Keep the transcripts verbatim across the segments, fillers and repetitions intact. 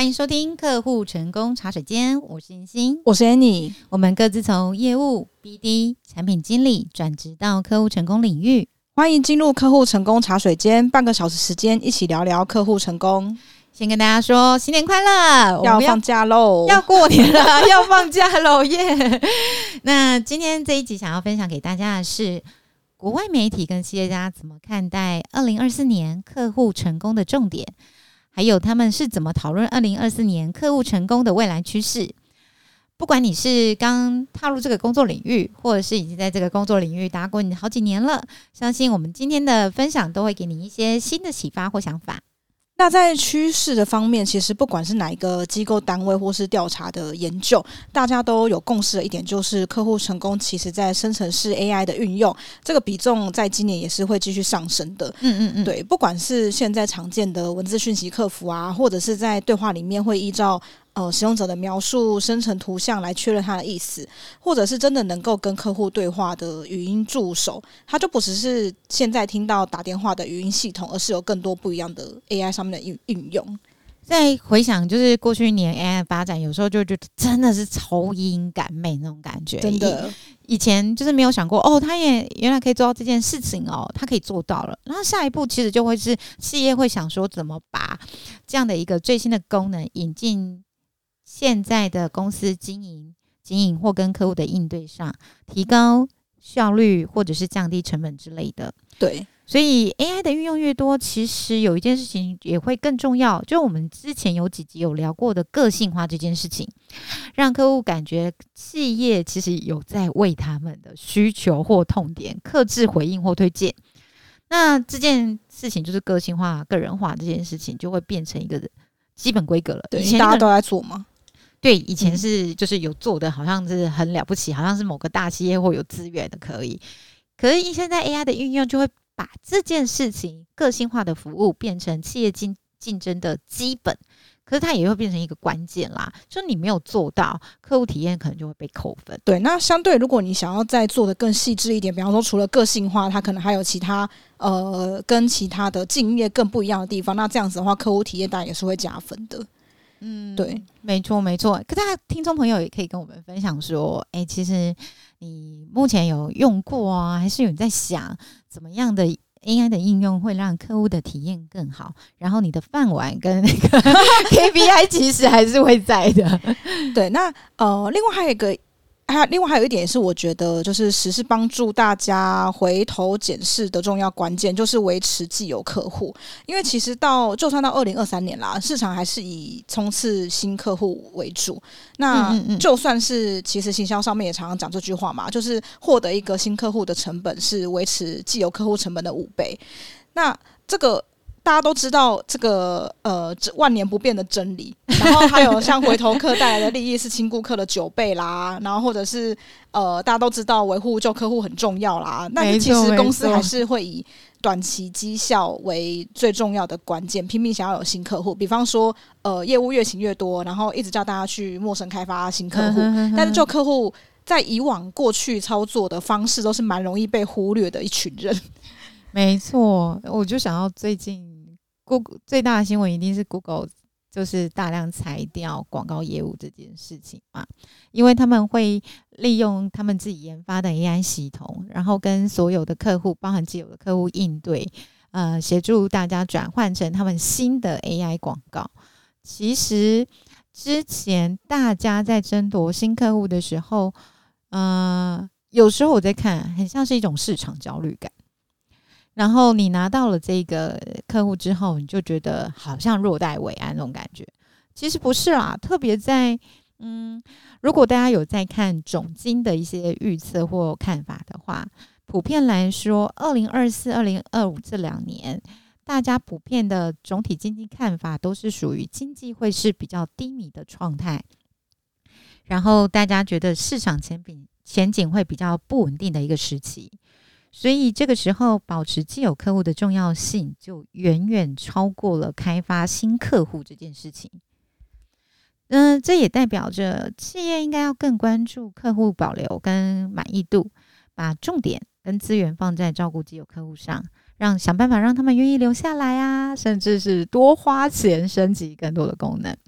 欢迎收听客户成功茶水间，我是欣欣， 我是 Annie， 我们各自从业务、B D、产品经理转职到客户成功领域。 欢迎进入客户成功茶水间，半个小时时间一起聊聊客户成功。 先跟大家说新年快乐， 要放假喽， 要过年了，要放假喽耶！那今天这一集想要分享给大家的是，国外媒体跟企业家怎么看待二零二四年客户成功的重点，还有他们是怎么讨论二零二四年客户成功的未来趋势。不管你是刚踏入这个工作领域，或者是已经在这个工作领域打滚好几年了，相信我们今天的分享都会给你一些新的启发或想法。 那在趋势的方面，其实不管是哪一个机构单位或是调查的研究，大家都有共识的一点，就是客户成功其实在生成式 A I 的运用，这个比重在今年也是会继续上升的。 嗯嗯嗯， 对，不管是现在常见的文字讯息客服啊，或者是在对话里面会依照呃，使用者的描述生成图像来确认他的意思，或者是真的能够跟客户对话的语音助手，它就不只是现在听到打电话的语音系统，而是有更多不一样的 A I 上面的运用。 在回想就是过去一年 A I 的发展，有时候就觉得真的是超英赶美那种感觉， 真的以前就是没有想过哦，他也原来可以做到这件事情哦，他可以做到了。然后下一步其实就会是企业会想说怎么把这样的一个最新的功能引进现在的公司经营、经营或跟客户的应对上，提高效率或者是降低成本之类的。 对， 所以 A I 的运用越多，其实有一件事情也会更重要，就我们之前有几集有聊过的个性化这件事情，让客户感觉企业其实有在为他们的需求或痛点客制回应或推荐。那这件事情就是个性化、个人化这件事情，就会变成一个基本规格了。 对， 以前大家都在做吗？ 对，以前是就是有做的，好像是很了不起，好像是某个大企业或有资源的可以。可是现在 A I 的运用就会把这件事情个性化的服务变成企业竞竞争的基本，可是它也会变成一个关键啦。就你没有做到，客户体验可能就会被扣分。 对，那相对如果你想要再做的更细致一点，比方说除了个性化，它可能还有其他呃跟其他的竞业更不一样的地方，那这样子的话，客户体验当然也是会加分的。 嗯， 对，没错没错。可大家听众朋友也可以跟我们分享说，哎，其实你目前有用过啊，还是有在想怎么样的 A I 的应用会让客户的体验更好？然后你的饭碗跟那个 K P I 其实还是会在的。 对，那呃，另外还有一个。还有另外还有一点也是我觉得就是时事帮助大家回头检视的重要关键，就是维持既有客户。因为其实到就算到二零二三年啦，市场还是以冲刺新客户为主。那就算是其实行销上面也常常讲这句话嘛，就是获得一个新客户的成本是维持既有客户成本的五倍。那这个大家都知道这个呃万年不变的真理，然后还有像回头客带来的利益是新顾客的九倍啦，然后或者是呃大家都知道维护旧客户很重要啦，但是其实公司还是会以短期绩效为最重要的关键，拼命想要有新客户。比方说呃业务越请越多，然后一直叫大家去陌生开发新客户，但是旧客户在以往过去操作的方式都是蛮容易被忽略的一群人。 没错，我就想到最近 Google 最大的新闻一定是 Google 就是大量裁掉广告业务这件事情嘛，因为他们会利用他们自己研发的 A I 系统，然后跟所有的客户包含既有的客户应对，呃，协助大家转换成他们新的 A I 广告。其实之前大家在争夺新客户的时候，呃，有时候我在看很像是一种市场焦虑感，然后你拿到了这个客户之后，你就觉得好像若待未安那种感觉。其实不是啦，特别在嗯，如果大家有在看总经的一些预测或看法的话，普遍来说二零二四、二零二五这两年大家普遍的总体经济看法都是属于经济会是比较低迷的状态，然后大家觉得市场前景前景会比较不稳定的一个时期。所以这个时候保持既有客户的重要性就远远超过了开发新客户这件事情。嗯、呃，这也代表着企业应该要更关注客户保留跟满意度，把重点跟资源放在照顾既有客户上，让想办法让他们愿意留下来啊，甚至是多花钱升级更多的功能。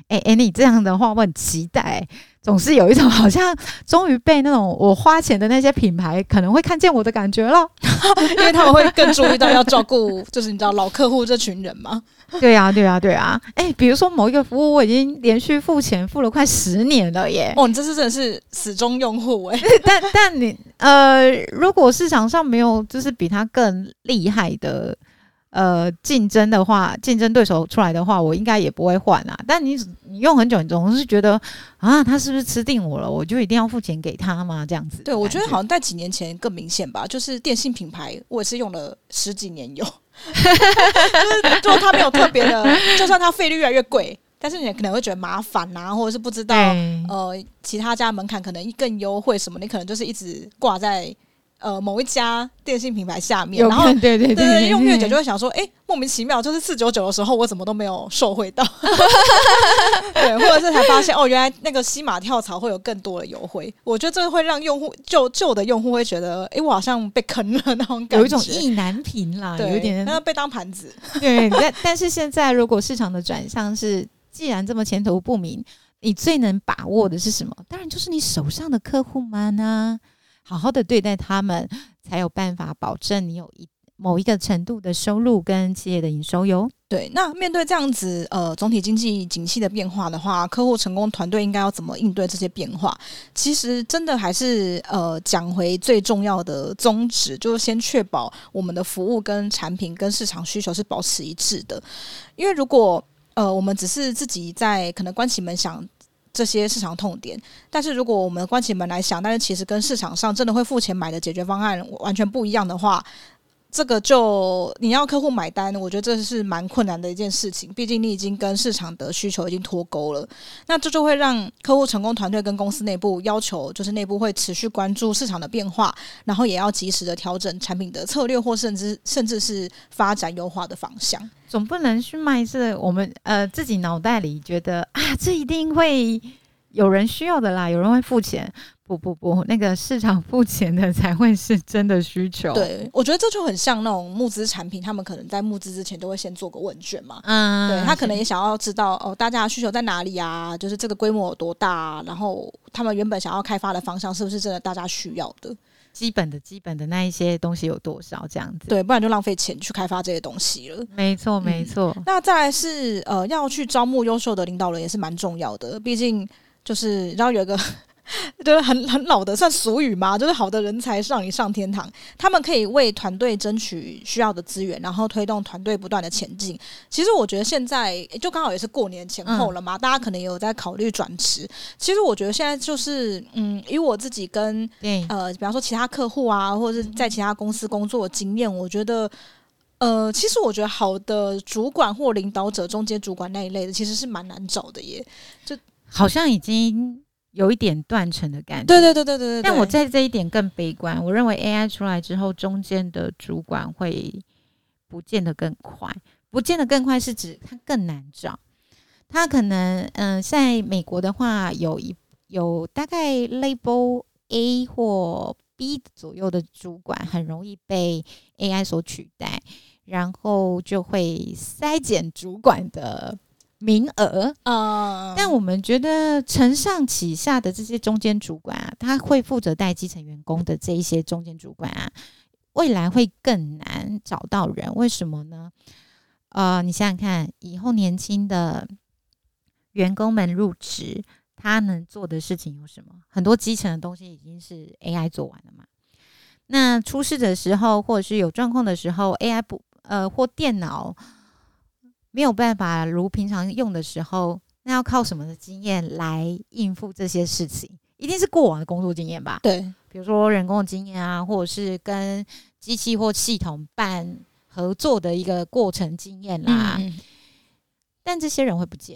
哎、欸、哎、欸，你这样的话我很期待、欸，总是有一种好像终于被那种我花钱的那些品牌可能会看见我的感觉了， 因为他们会更注意到要照顾，就是你知道老客户这群人嘛。 对啊，对啊，对啊。哎、欸，比如说某一个服务，我已经连续付钱付了快十年了耶。 哦，你这次真的是死忠用户哎。 但但你呃，如果市场上没有就是比他更厉害的。呃，竞争的话，竞争对手出来的话，我应该也不会换啊。但你你用很久，你总是觉得啊，他是不是吃定我了？我就一定要付钱给他吗？这样子。 对，我觉得好像在几年前更明显吧。就是电信品牌，我也是用了十几年有，就是就它没有特别的，就算它费率越来越贵，但是你可能会觉得麻烦啊，或者是不知道呃其他家门槛可能更优惠什么，你可能就是一直挂在。呃，某一家电信品牌下面，然后对对 对, 对, 对, 对用越久就会想说，哎、欸，莫名其妙，就是四九九的时候，我怎么都没有受惠到，对，或者是才发现哦，原来那个西马跳槽会有更多的优惠。我觉得这会让用户旧旧的用户会觉得，哎、欸，我好像被坑了那种感觉， 有一种意难平啦，有点那被当盘子。 对，但但是现在如果市场的转向是，既然这么前途不明，你最能把握的是什么？当然就是你手上的客户们啊。好好的对待他们，才有办法保证你有一某一个程度的收入跟企业的营收哟。 对，那面对这样子呃总体经济景气的变化的话，客户成功团队应该要怎么应对这些变化？其实真的还是呃讲回最重要的宗旨，就是先确保我们的服务跟产品跟市场需求是保持一致的。因为如果呃我们只是自己在可能关起门想这些市场痛点，但是如果我们关起门来想，但是其实跟市场上真的会付钱买的解决方案完全不一样的话，这个就你要客户买单，我觉得这是蛮困难的一件事情。毕竟你已经跟市场的需求已经脱钩了，那这就会让客户成功团队跟公司内部要求，就是内部会持续关注市场的变化，然后也要及时的调整产品的策略，或甚至甚至是发展优化的方向。 总不能去卖是我们呃自己脑袋里觉得啊，这一定会有人需要的啦，有人会付钱。不不不，那个市场付钱的才会是真的需求。 对，我觉得这就很像那种募资产品，他们可能在募资之前都会先做个问卷嘛。嗯，对，他可能也想要知道哦，大家的需求在哪里啊？就是这个规模有多大啊？然后他们原本想要开发的方向是不是真的大家需要的？ 基本的基本的那一些东西有多少这样子？ 对，不然就浪费钱去开发这些东西了。 没错没错、嗯。 那再来是呃，要去招募优秀的领导人也是蛮重要的，毕竟就是然后有一个。就是很很老的算俗语嘛，就是好的人才让你上天堂。他们可以为团队争取需要的资源，然后推动团队不断的前进。其实我觉得现在就刚好也是过年前后了嘛，嗯、大家可能也有在考虑转职。其实我觉得现在就是嗯，以我自己跟呃，比方说其他客户啊，或者是在其他公司工作的经验，我觉得。呃，其实我觉得好的主管或领导者、中间主管那一类的，其实是蛮难找的耶。就好像已经有一点断层的感觉。 对对对对 对, 對, 對。 但我在这一点更悲观，我认为 A I 出来之后，中间的主管会不见得更快，不见得更快是指它更难找。它可能嗯、呃，在美国的话，有一有大概 Level A 或 B 左右的主管，很容易被 A I 所取代。然后就会筛减主管的名额啊、uh, 但我们觉得承上启下的这些中间主管啊，他会负责带基层员工的这一些中间主管啊，未来会更难找到人。为什么呢？呃，你想想看，以后年轻的员工们入职，他能做的事情有什么？很多基层的东西已经是 A I 做完了嘛。那出事的时候，或者是有状况的时候 ，A I 不呃或电脑没有办法如平常用的时候，那要靠什么的经验来应付这些事情？一定是过往的工作经验吧？ 对， 比如说人工的经验啊，或者是跟机器或系统办合作的一个过程经验啦。嗯、但这些人会不见，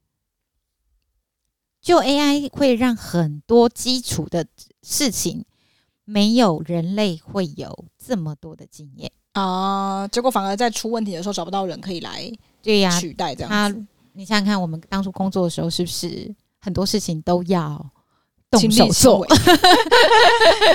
就 A I 会让很多基础的事情。没有人类会有这么多的经验啊，结果反而在出问题的时候找不到人可以来对呀取代这样子。 他你想想看，我们当初工作的时候，是不是很多事情都要动手做？那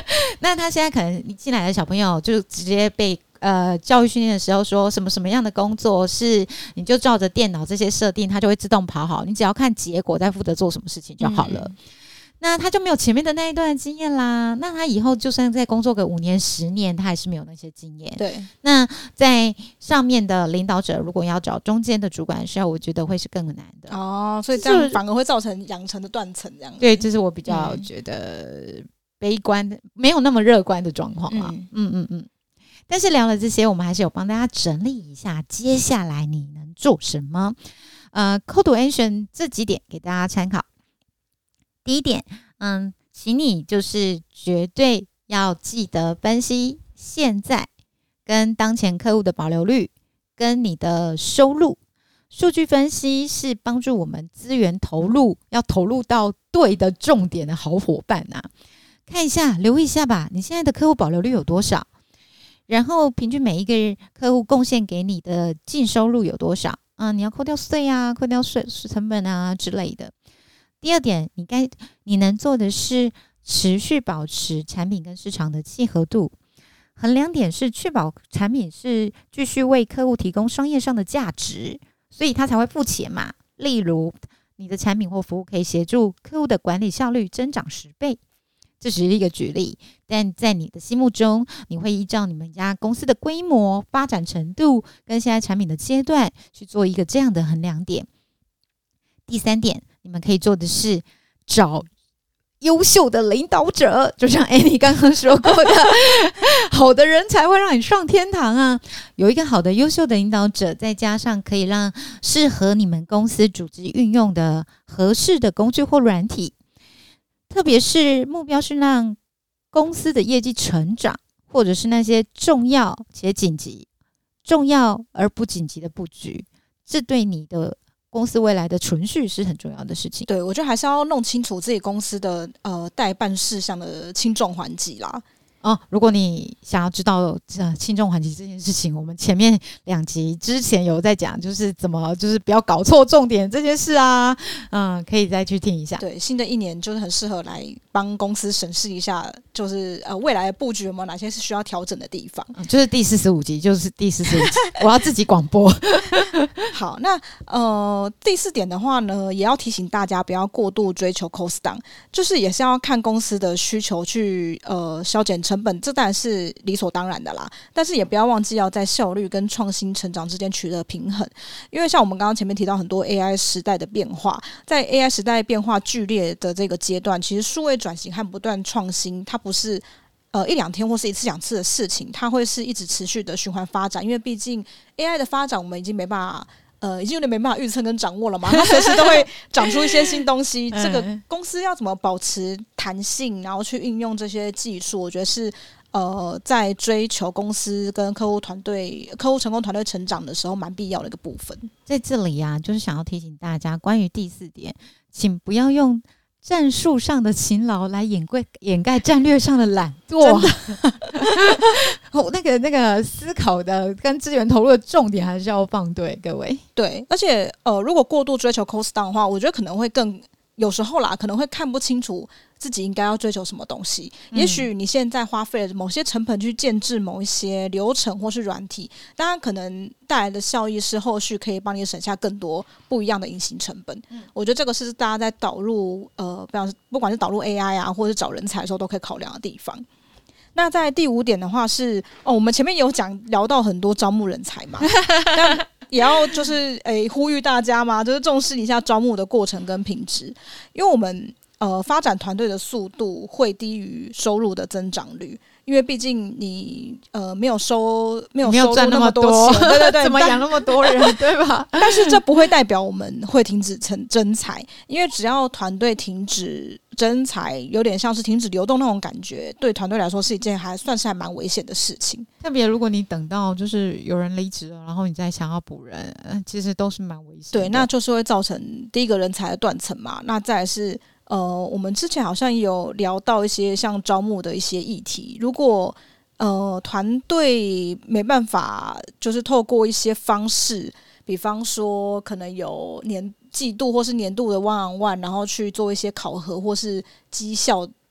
那他现在可能你进来的小朋友就直接被呃教育训练的时候说什么什么样的工作是你就照着电脑这些设定，它就会自动跑好，你只要看结果再负责做什么事情就好了。嗯，那他就没有前面的那一段的经验啦，那他以后就算再工作个五年十年，他还是没有那些经验。 对， 那在上面的领导者如果要找中间的主管的时候，我觉得会是更难的哦，所以这样反而会造成养成的断层这样子。 对，这是我比较觉得悲观的，嗯，没有那么乐观的状况啊。嗯嗯嗯嗯。但是聊了这些，我们还是有帮大家整理一下，接下来你能做什么？呃 ，Call to Action 这几点给大家参考。第一点，嗯，请你就是绝对要记得分析现在跟当前客户的保留率跟你的收入。数据分析是帮助我们资源投入要投入到对的重点的好伙伴啊。看一下，留意一下吧，你现在的客户保留率有多少？然后平均每一个客户贡献给你的净收入有多少？啊，你要扣掉税啊，扣掉税成本啊之类的。第二点，你该你能做的是持续保持产品跟市场的契合度。衡量点是确保产品是继续为客户提供商业上的价值，所以他才会付钱嘛。例如，你的产品或服务可以协助客户的管理效率增长十倍，这只是一个举例。但在你的心目中，你会依照你们家公司的规模、发展程度跟现在产品的阶段去做一个这样的衡量点。第三点，你们可以做的是找优秀的领导者，就像 Annie 刚刚说过的，好的人才会让你上天堂啊！有一个好的优秀的领导者，再加上可以让适合你们公司组织运用的合适的工具或软体，特别是目标是让公司的业绩成长，或者是那些重要且紧急、重要而不紧急的布局，这对你的公司未来的存续是很重要的事情。 对，我觉得还是要弄清楚自己公司的呃代办事项的轻重缓急啦。 哦，如果你想要知道呃轻重缓急这件事情，我们前面两集之前有在讲，就是怎么就是不要搞错重点这件事啊，嗯，可以再去听一下。 对，新的一年就是很适合来帮公司审视一下，就是呃未来的布局有没有哪些是需要调整的地方。 嗯，就是第四十五集，就是第四十五集，我要自己广播。 好，那呃第四点的话呢，也要提醒大家不要过度追求 cost down， 就是也是要看公司的需求去呃削减成本，这当然是理所当然的啦。但是也不要忘记要在效率跟创新成长之间取得平衡，因为像我们刚刚前面提到很多 A I 时代的变化，在 A I 时代变化剧烈的这个阶段，其实数位转型和不断创新，它不是呃一两天或是一次两次的事情，它会是一直持续的循环发展。因为毕竟 A I 的发展，我们已经没办法。呃，已经有点没办法预测跟掌握了嘛，它随时都会长出一些新东西。这个公司要怎么保持弹性，然后去运用这些技术，我觉得是呃，在追求公司跟客户团队、客户成功团队成长的时候，蛮必要的一个部分。 在这里啊，就是想要提醒大家，关于第四点，请不要用战术上的勤劳来掩盖掩盖战略上的懒惰。那个那个思考的跟资源投入的重点还是要放对，各位。 对，而且呃，如果过度追求 cost down 的话，我觉得可能会更有时候啦，可能会看不清楚自己应该要追求什么东西。嗯、也许你现在花费了某些成本去建制某一些流程或是软体，当然可能带来的效益是后续可以帮你省下更多不一样的隐形成本。嗯、我觉得这个是大家在导入呃，不管是导入 A I 啊，或者是找人才的时候都可以考量的地方。那在第五点的话是哦，我们前面有讲聊到很多招募人才嘛，但也要就是诶呼吁大家嘛，就是重视一下招募的过程跟品质，因为我们呃发展团队的速度会低于收入的增长率。因为毕竟你呃没有收没有收入那么多钱，对对对， 怎么养那么多人，对吧？ 但是这不会代表我们会停止征才，因为只要团队停止征才，有点像是停止流动那种感觉，对团队来说是一件还算是还蛮危险的事情。 特别如果你等到就是有人离职了，然后你再想要补人，其实都是蛮危险的。 对，那就是会造成第一个人才的断层嘛。那再来是。呃，我们之前好像也有聊到一些像招募的一些议题，如果呃团队没办法，就是透过一些方式，比方说可能有年季度或是年度的 one on one， 然后去做一些考核或是绩效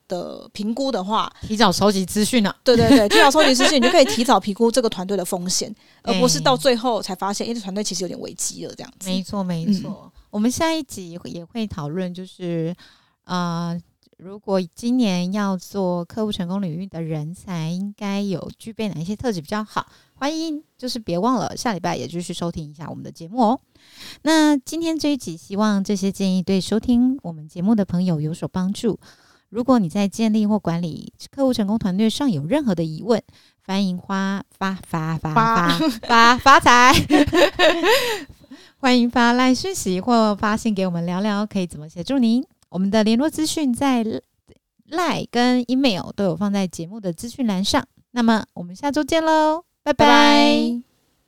的评估的话， 提早收集资讯啊， 对对对，提早收集资讯，你就可以提早评估这个团队的风险，而不是到最后才发现，哎、欸，这团队其实有点危机了，这样子。 没错，没错、嗯。我们下一集也会讨论，就是呃，如果今年要做客户成功领域的人才，应该有具备哪一些特质比较好？欢迎，就是别忘了下礼拜也继续收听一下我们的节目哦。那今天这一集，希望这些建议对收听我们节目的朋友有所帮助。如果你在建立或管理客户成功团队上有任何的疑问，欢迎花发发发发发发财，欢迎发赖讯息或发信给我们聊聊，可以怎么协助您。我们的联络资讯在赖跟 email 都有放在节目的资讯栏上。那么我们下周见喽，拜拜。拜拜。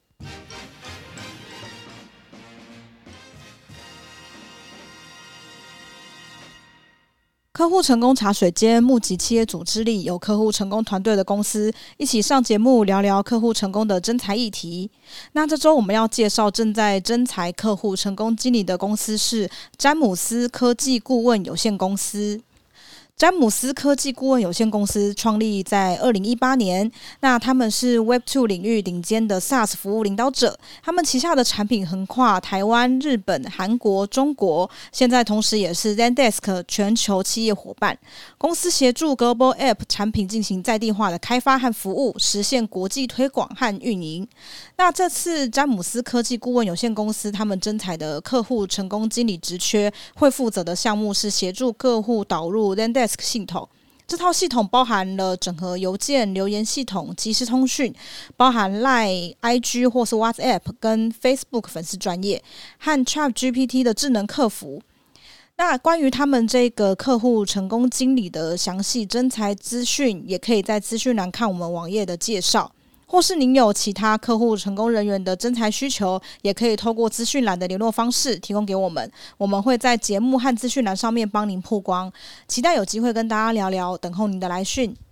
客户成功茶水间募集企业组织力有客户成功团队的公司一起上节目聊聊客户成功的征才议题。那这周我们要介绍正在征才客户成功经理的公司是詹姆斯科技顾问有限公司。詹姆斯科技顾问有限公司创立在二零一八年，那他们是 Web 二 领域顶尖的 SaaS 服务领导者，他们旗下的产品横跨台湾、日本、韩国、中国，现在同时也是 Zendesk 全球企业伙伴。公司协助 Global App 产品进行在地化的开发和服务，实现国际推广和运营。那这次詹姆斯科技顾问有限公司他们征才的客户成功经理职缺，会负责的项目是协助客户导入 Zendesk系统。这套系统包含了整合邮件、留言系统、即时通讯，包含 Line、I G 或是 WhatsApp 跟 Facebook 粉丝专页和 ChatGPT 的智能客服。那关于他们这个客户成功经理的详细征才资讯，也可以在资讯栏看我们网页的介绍。或是您有其他客户成功人员的征才需求，也可以透过资讯栏的联络方式提供给我们，我们会在节目和资讯栏上面帮您曝光。期待有机会跟大家聊聊，等候您的来讯。